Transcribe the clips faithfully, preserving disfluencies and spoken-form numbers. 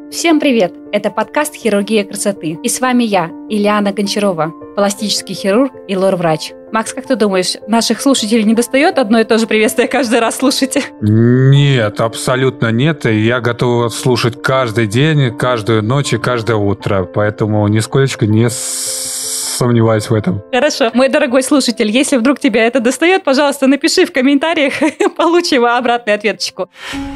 Всем привет! Это подкаст «Хирургия красоты». И с вами я, Ильяна Гончарова, пластический хирург и лор-врач. Макс, как ты думаешь, наших слушателей не достает одно и то же приветствие каждый раз слушать? Нет, абсолютно нет. Я готов слушать каждый день, каждую ночь и каждое утро. Поэтому нисколько не сомневаюсь в этом. Хорошо. Мой дорогой слушатель, если вдруг тебя это достает, пожалуйста, напиши в комментариях, получим обратную ответочку.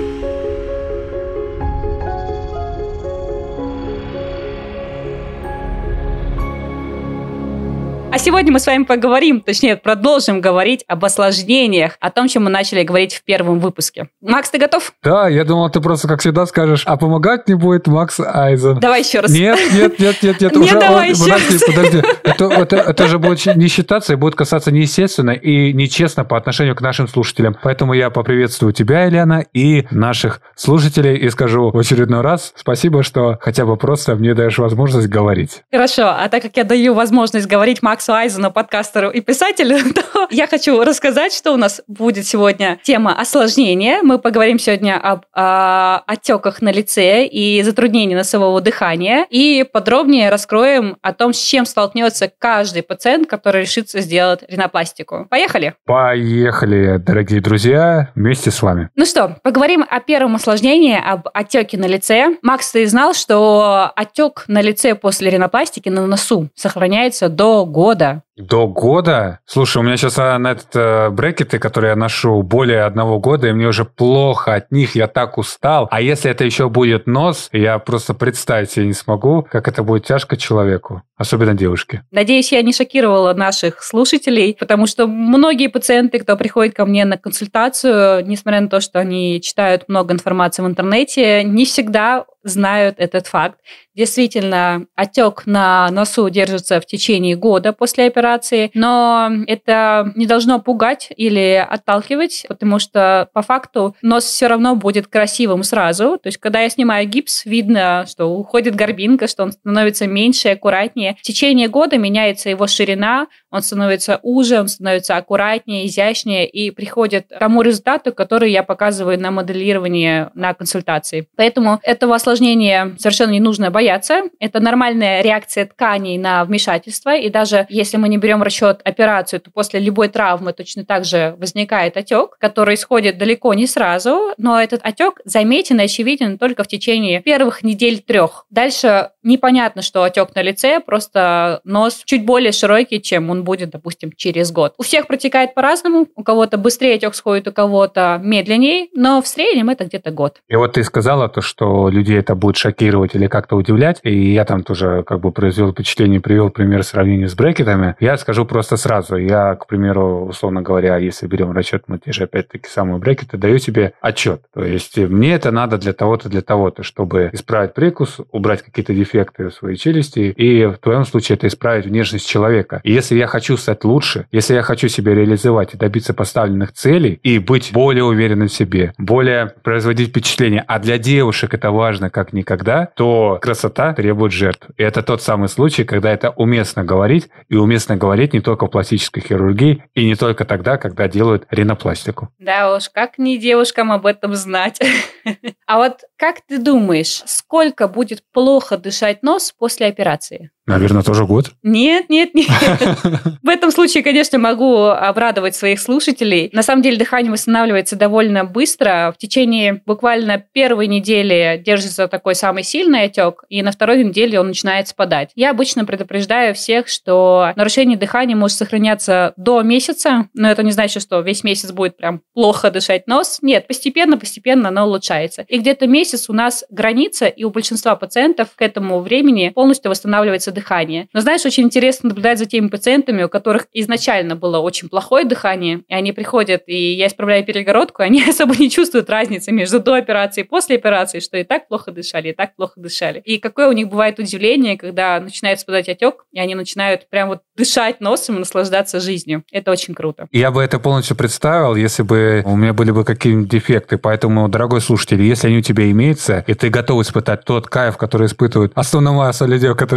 А сегодня мы с вами поговорим, точнее, продолжим говорить об осложнениях, о том, чем мы начали говорить в первом выпуске. Макс, ты готов? Да, я думал, ты просто, как всегда, скажешь, а помогать мне будет Макс Айзен. Давай еще раз. Нет, нет, нет, нет, нет. Нет, давай еще подожди, раз. Подожди, это, это, это же будет не считаться и будет касаться неестественно и нечестно по отношению к нашим слушателям. Поэтому я поприветствую тебя, Ильяна, и наших слушателей и скажу в очередной раз спасибо, что хотя бы просто мне даешь возможность говорить. Хорошо, а так как я даю возможность говорить Максу Айзену, подкастеру и писателю, то я хочу рассказать, что у нас будет сегодня тема осложнения. Мы поговорим сегодня об а, отеках на лице и затруднении носового дыхания и подробнее раскроем о том, с чем столкнется каждый пациент, который решится сделать ринопластику. Поехали? Поехали, дорогие друзья, вместе с вами. Ну что, поговорим о первом осложнении, об отеке на лице. Макс, ты знал, что отек на лице после ринопластики на носу сохраняется до года? До года? Слушай, у меня сейчас на этот э, брекеты, которые я ношу более одного года, и мне уже плохо от них, я так устал. А если это еще будет нос, я просто представить себе не смогу, как это будет тяжко человеку, особенно девушке. Надеюсь, я не шокировала наших слушателей, потому что многие пациенты, кто приходит ко мне на консультацию, несмотря на то, что они читают много информации в интернете, не всегда знают этот факт. Действительно, отек на носу держится в течение года после операции, но это не должно пугать или отталкивать, потому что по факту нос все равно будет красивым сразу. То есть, когда я снимаю гипс, видно, что уходит горбинка, что он становится меньше и аккуратнее. В течение года меняется его ширина, он становится уже, он становится аккуратнее, изящнее и приходит к тому результату, который я показываю на моделировании на консультации. Поэтому этого осложнения совершенно не нужно бояться. Это нормальная реакция тканей на вмешательство. И даже если мы не берем в расчет операцию, то после любой травмы точно так же возникает отек, который исходит далеко не сразу, но этот отек заметен и очевиден только в течение первых недель трех. Дальше непонятно, что отек на лице, просто нос чуть более широкий, чем он будет, допустим, через год. У всех протекает по-разному, у кого-то быстрее отек сходит, у кого-то медленнее, но в среднем это где-то год. И вот ты сказала то, что людей это будет шокировать или как-то удивлять, и я там тоже как бы произвел впечатление, привел пример сравнения с брекетами. Я скажу просто сразу. Я, к примеру, условно говоря, если берем в расчет мы те же, опять-таки, самые брекеты, даю себе отчет. То есть мне это надо для того-то, для того-то, чтобы исправить прикус, убрать какие-то дефекты в своей челюсти, и в твоем случае это исправить внешность человека. И если я хочу стать лучше, если я хочу себя реализовать и добиться поставленных целей, и быть более уверенным в себе, более производить впечатление, а для девушек это важно как никогда, то красота требует жертв. И это тот самый случай, когда это уместно говорить, и уместно говорить не только в пластической хирургии, и не только тогда, когда делают ринопластику. Да уж, как не девушкам об этом знать. А вот как ты думаешь, сколько будет плохо дышать нос после операции? Наверное, тоже год. Нет, нет, нет. В этом случае, конечно, могу обрадовать своих слушателей. На самом деле дыхание восстанавливается довольно быстро. В течение буквально первой недели держится такой самый сильный отек, и на второй неделе он начинает спадать. Я обычно предупреждаю всех, что нарушение дыхания может сохраняться до месяца, но это не значит, что весь месяц будет прям плохо дышать нос. Нет, постепенно-постепенно оно улучшается. И где-то месяц у нас граница, и у большинства пациентов к этому времени полностью восстанавливается дыхание. Но знаешь, очень интересно наблюдать за теми пациентами, у которых изначально было очень плохое дыхание, и они приходят, и я исправляю перегородку, они особо не чувствуют разницы между до операции и после операции, что и так плохо дышали, и так плохо дышали. И какое у них бывает удивление, когда начинает спадать отек, и они начинают прям вот дышать носом и наслаждаться жизнью. Это очень круто. Я бы это полностью представил, если бы у меня были бы какие-нибудь дефекты. Поэтому, дорогой слушатель, если они у тебя имеются, и ты готов испытать тот кайф, который испытывают основная масса людей, у которых нет,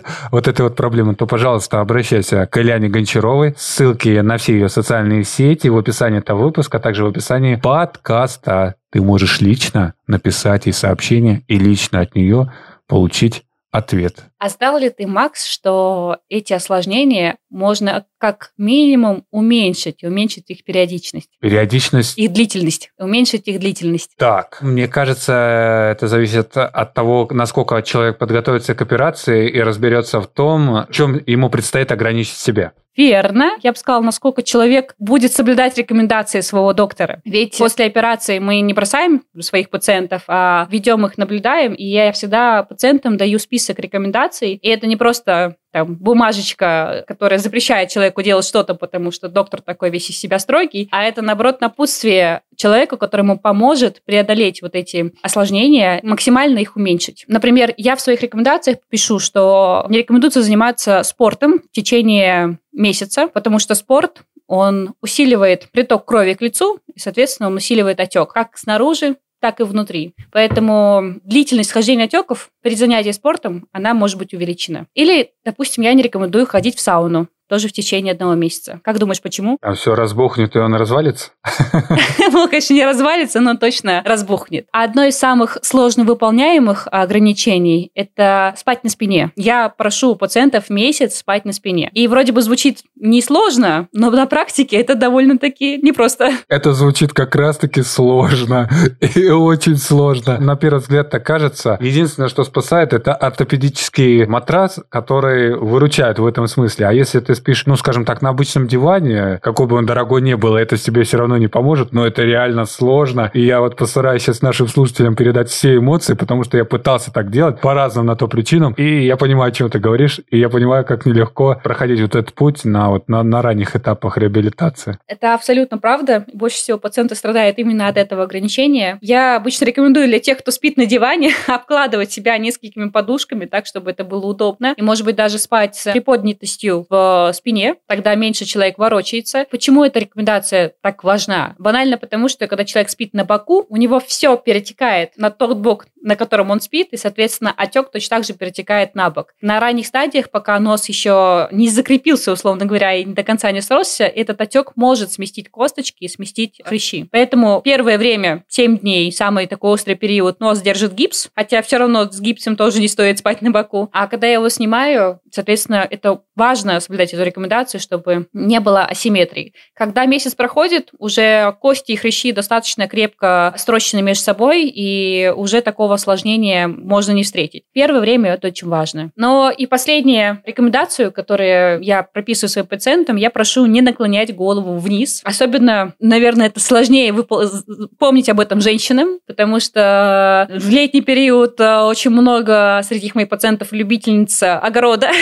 вот этой вот проблемы, то, пожалуйста, обращайся к Ильяне Гончаровой. Ссылки на все ее социальные сети в описании этого выпуска, а также в описании подкаста. Ты можешь лично написать ей сообщение и лично от нее получить ответ. А знал ли ты, Макс, что эти осложнения можно как минимум уменьшить, уменьшить их периодичность? Периодичность? Их длительность, уменьшить их длительность. Так, мне кажется, это зависит от того, насколько человек подготовится к операции и разберется в том, в чем ему предстоит ограничить себя. Верно. Я бы сказала, насколько человек будет соблюдать рекомендации своего доктора. Ведь после операции мы не бросаем своих пациентов, а ведем их, наблюдаем. И я всегда пациентам даю список рекомендаций. И это не просто там бумажечка, которая запрещает человеку делать что-то, потому что доктор такой весь из себя строгий, а это, наоборот, напутствие человеку, который ему поможет преодолеть вот эти осложнения, максимально их уменьшить. Например, я в своих рекомендациях пишу, что не рекомендуется заниматься спортом в течение месяца, потому что спорт, он усиливает приток крови к лицу, и, соответственно, он усиливает отек как снаружи, так и внутри. Поэтому длительность хождения отеков при занятии спортом, она может быть увеличена. Или, допустим, я не рекомендую ходить в сауну. Тоже в течение одного месяца. Как думаешь, почему? А все разбухнет, и он развалится? Ну, конечно, не развалится, но точно разбухнет. Одно из самых сложно выполняемых ограничений – это спать на спине. Я прошу пациентов месяц спать на спине. И вроде бы звучит несложно, но на практике это довольно-таки непросто. Это звучит как раз-таки сложно. И очень сложно. На первый взгляд так кажется. Единственное, что спасает, это ортопедический матрас, который выручает в этом смысле. А если ты спишь, ну, скажем так, на обычном диване, какой бы он дорогой ни был, это тебе все равно не поможет, но это реально сложно. И я вот постараюсь сейчас нашим слушателям передать все эмоции, потому что я пытался так делать по разным на то причинам. И я понимаю, о чем ты говоришь, и я понимаю, как нелегко проходить вот этот путь на, вот, на, на ранних этапах реабилитации. Это абсолютно правда. Больше всего пациенты страдают именно от этого ограничения. Я обычно рекомендую для тех, кто спит на диване, обкладывать себя несколькими подушками так, чтобы это было удобно. И, может быть, даже спать с приподнятостью в спине, тогда меньше человек ворочается. Почему эта рекомендация так важна? Банально потому, что когда человек спит на боку, у него все перетекает на тот бок, на котором он спит, и, соответственно, отек точно так же перетекает на бок. На ранних стадиях, пока нос еще не закрепился, условно говоря, и до конца не сросся, этот отек может сместить косточки и сместить хрящи. Поэтому первое время, семь дней, самый такой острый период, нос держит гипс, хотя все равно с гипсом тоже не стоит спать на боку. А когда я его снимаю, соответственно, это важно соблюдать эту рекомендацию, чтобы не было асимметрии. Когда месяц проходит, уже кости и хрящи достаточно крепко срощены между собой, и уже такого осложнения можно не встретить. Первое время это очень важно. Но и последняя рекомендацию, которую я прописываю своим пациентам, я прошу не наклонять голову вниз. Особенно, наверное, это сложнее выпол... помнить об этом женщинам, потому что в летний период очень много среди моих пациентов любительниц огорода.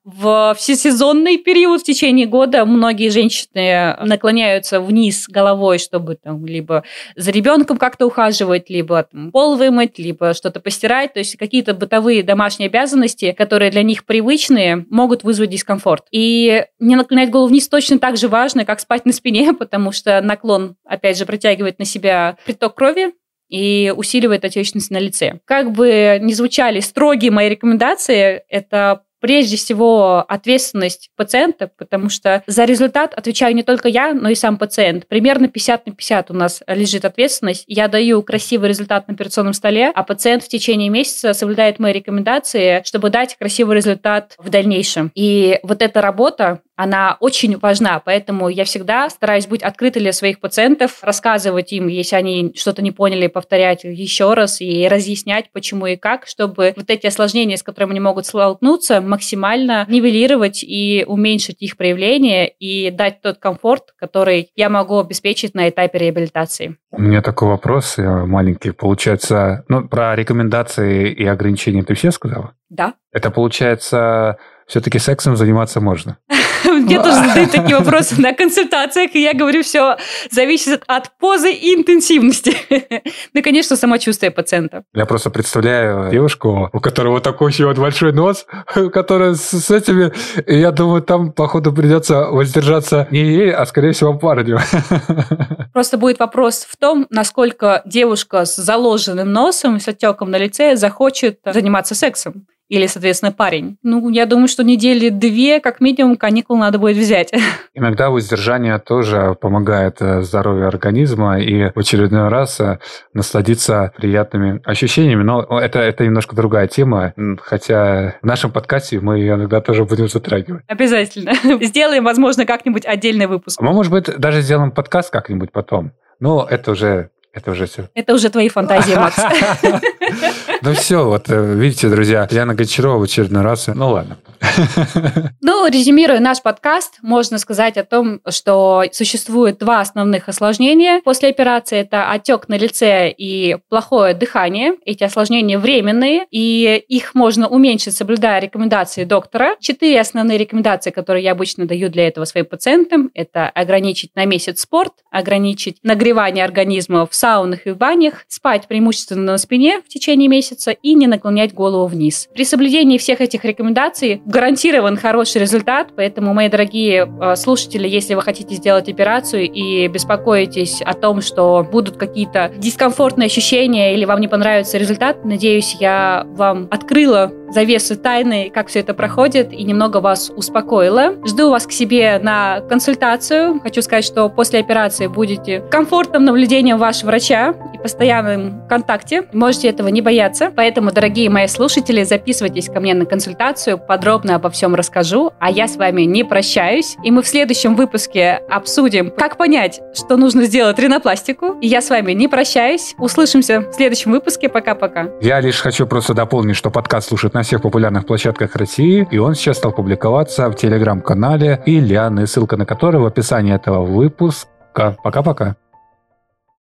В всесезонный период в течение года многие женщины наклоняются вниз головой, чтобы там либо за ребенком как-то ухаживать, либо там, пол вымыть, либо что-то постирать. То есть какие-то бытовые домашние обязанности, которые для них привычные, могут вызвать дискомфорт. И не наклонять голову вниз точно так же важно, как спать на спине, потому что наклон, опять же, притягивает на себя приток крови и усиливает отечность на лице. Как бы ни звучали строгие мои рекомендации, это прежде всего ответственность пациента, потому что за результат отвечаю не только я, но и сам пациент. Примерно пятьдесят на пятьдесят у нас лежит ответственность. Я даю красивый результат на операционном столе, а пациент в течение месяца соблюдает мои рекомендации, чтобы дать красивый результат в дальнейшем. И вот эта работа, она очень важна, поэтому я всегда стараюсь быть открытой для своих пациентов, рассказывать им, если они что-то не поняли, повторять еще раз и разъяснять, почему и как, чтобы вот эти осложнения, с которыми они могут столкнуться, максимально нивелировать и уменьшить их проявление и дать тот комфорт, который я могу обеспечить на этапе реабилитации. У меня такой вопрос маленький. Получается, ну, про рекомендации и ограничения ты все сказала? Да. Это получается, все-таки сексом заниматься можно? Мне тоже задают такие вопросы на консультациях, и я говорю, все зависит от позы и интенсивности. Ну и, конечно, самочувствие пациента. Я просто представляю девушку, у которой вот такой еще вот большой нос, которая с этими, и я думаю, там, походу, придется воздержаться не ей, а, скорее всего, парню. Просто будет вопрос в том, насколько девушка с заложенным носом, с отеком на лице захочет заниматься сексом. или, соответственно, парень. Ну, я думаю, что недели две, как минимум, каникул надо будет взять. Иногда воздержание тоже помогает здоровью организма и в очередной раз насладиться приятными ощущениями. Но это, это немножко другая тема, хотя в нашем подкасте мы ее иногда тоже будем затрагивать. Обязательно. Сделаем, возможно, как-нибудь отдельный выпуск. Мы, может быть, даже сделаем подкаст как-нибудь потом. Но это уже... Это уже все. Это уже твои фантазии, Макс. Ну все, вот видите, друзья, Яна Гончарова в очередной раз. Ну ладно. Ну, резюмируя наш подкаст, можно сказать о том, что существует два основных осложнения после операции. Это отек на лице и плохое дыхание. Эти осложнения временные, и их можно уменьшить, соблюдая рекомендации доктора. Четыре основные рекомендации, которые я обычно даю для этого своим пациентам, это ограничить на месяц спорт, ограничить нагревание организма в саунах и в банях, спать преимущественно на спине в течение месяца и не наклонять голову вниз. При соблюдении всех этих рекомендаций гарантирован хороший результат, поэтому, мои дорогие слушатели, если вы хотите сделать операцию и беспокоитесь о том, что будут какие-то дискомфортные ощущения или вам не понравится результат, надеюсь, я вам открыла завесы тайны, как все это проходит, и немного вас успокоила. Жду вас к себе на консультацию. Хочу сказать, что после операции будете комфортным наблюдением вашего врача и постоянном контакте. Можете этого не бояться. Поэтому, дорогие мои слушатели, записывайтесь ко мне на консультацию. Подробно обо всем расскажу. А я с вами не прощаюсь. И мы в следующем выпуске обсудим, как понять, что нужно сделать ринопластику. И я с вами не прощаюсь. Услышимся в следующем выпуске. Пока-пока. Я лишь хочу просто дополнить, что подкаст слушают на всех популярных площадках России, и он сейчас стал публиковаться в телеграм-канале Ильяны, ссылка на который в описании этого выпуска. Пока-пока.